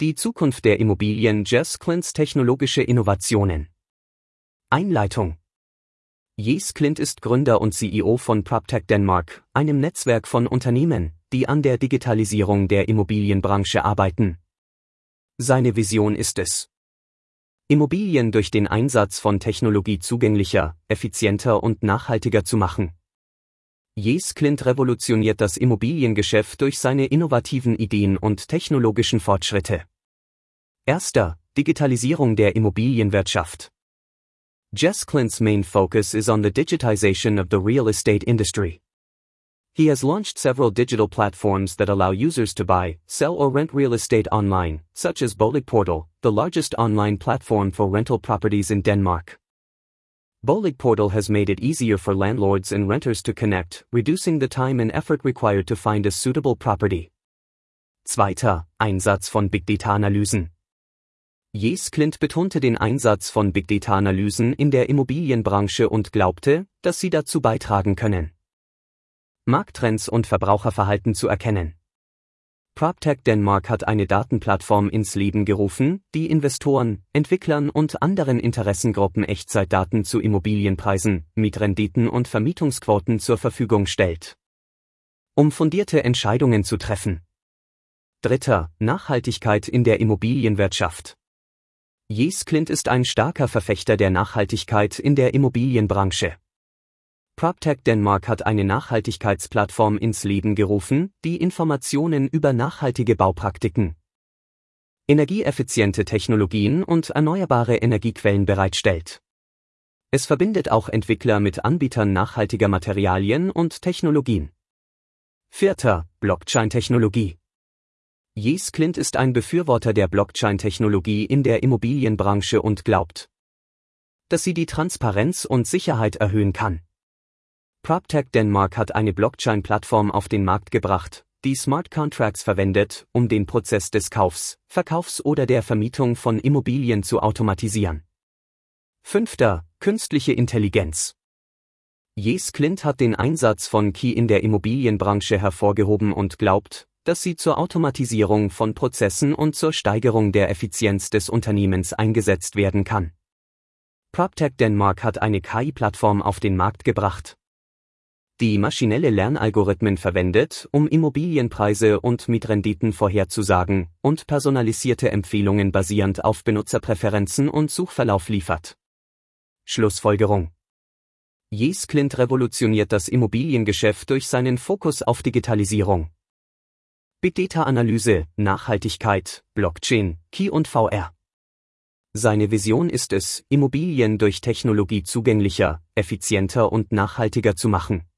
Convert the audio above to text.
Die Zukunft der Immobilien. Jess Klints technologische Innovationen. Einleitung. Jess Klint ist Gründer und CEO von PropTech Denmark, einem Netzwerk von Unternehmen, die an der Digitalisierung der Immobilienbranche arbeiten. Seine Vision ist es, Immobilien durch den Einsatz von Technologie zugänglicher, effizienter und nachhaltiger zu machen. Jess Klint revolutioniert das Immobiliengeschäft durch seine innovativen Ideen und technologischen Fortschritte. 1. Digitalisierung der Immobilienwirtschaft. Jess Klint's main focus is on the digitization of the real estate industry. He has launched several digital platforms that allow users to buy, sell or rent real estate online, such as BoligPortal, the largest online platform for rental properties in Denmark. BoligPortal has made it easier for landlords and renters to connect, reducing the time and effort required to find a suitable property. 2. Einsatz von Big Data-Analysen. Jess Klint betonte den Einsatz von Big Data-Analysen in der Immobilienbranche und glaubte, dass sie dazu beitragen können, Markttrends und Verbraucherverhalten zu erkennen. PropTech Denmark hat eine Datenplattform ins Leben gerufen, die Investoren, Entwicklern und anderen Interessengruppen Echtzeitdaten zu Immobilienpreisen, Mietrenditen und Vermietungsquoten zur Verfügung stellt, um fundierte Entscheidungen zu treffen. 3. Nachhaltigkeit in der Immobilienwirtschaft. Jess Klint ist ein starker Verfechter der Nachhaltigkeit in der Immobilienbranche. PropTech Denmark hat eine Nachhaltigkeitsplattform ins Leben gerufen, die Informationen über nachhaltige Baupraktiken, energieeffiziente Technologien und erneuerbare Energiequellen bereitstellt. Es verbindet auch Entwickler mit Anbietern nachhaltiger Materialien und Technologien. 4. Blockchain-Technologie. Jess Klint ist ein Befürworter der Blockchain-Technologie in der Immobilienbranche und glaubt, dass sie die Transparenz und Sicherheit erhöhen kann. PropTech Denmark hat eine Blockchain-Plattform auf den Markt gebracht, die Smart Contracts verwendet, um den Prozess des Kaufs, Verkaufs oder der Vermietung von Immobilien zu automatisieren. 5. Künstliche Intelligenz. Jess Klint hat den Einsatz von KI in der Immobilienbranche hervorgehoben und glaubt, dass sie zur Automatisierung von Prozessen und zur Steigerung der Effizienz des Unternehmens eingesetzt werden kann. PropTech Denmark hat eine KI-Plattform auf den Markt gebracht, die maschinelle Lernalgorithmen verwendet, um Immobilienpreise und Mietrenditen vorherzusagen und personalisierte Empfehlungen basierend auf Benutzerpräferenzen und Suchverlauf liefert. Schlussfolgerung. Jess Klint revolutioniert das Immobiliengeschäft durch seinen Fokus auf Digitalisierung, Big Data-Analyse, Nachhaltigkeit, Blockchain, KI und VR. Seine Vision ist es, Immobilien durch Technologie zugänglicher, effizienter und nachhaltiger zu machen.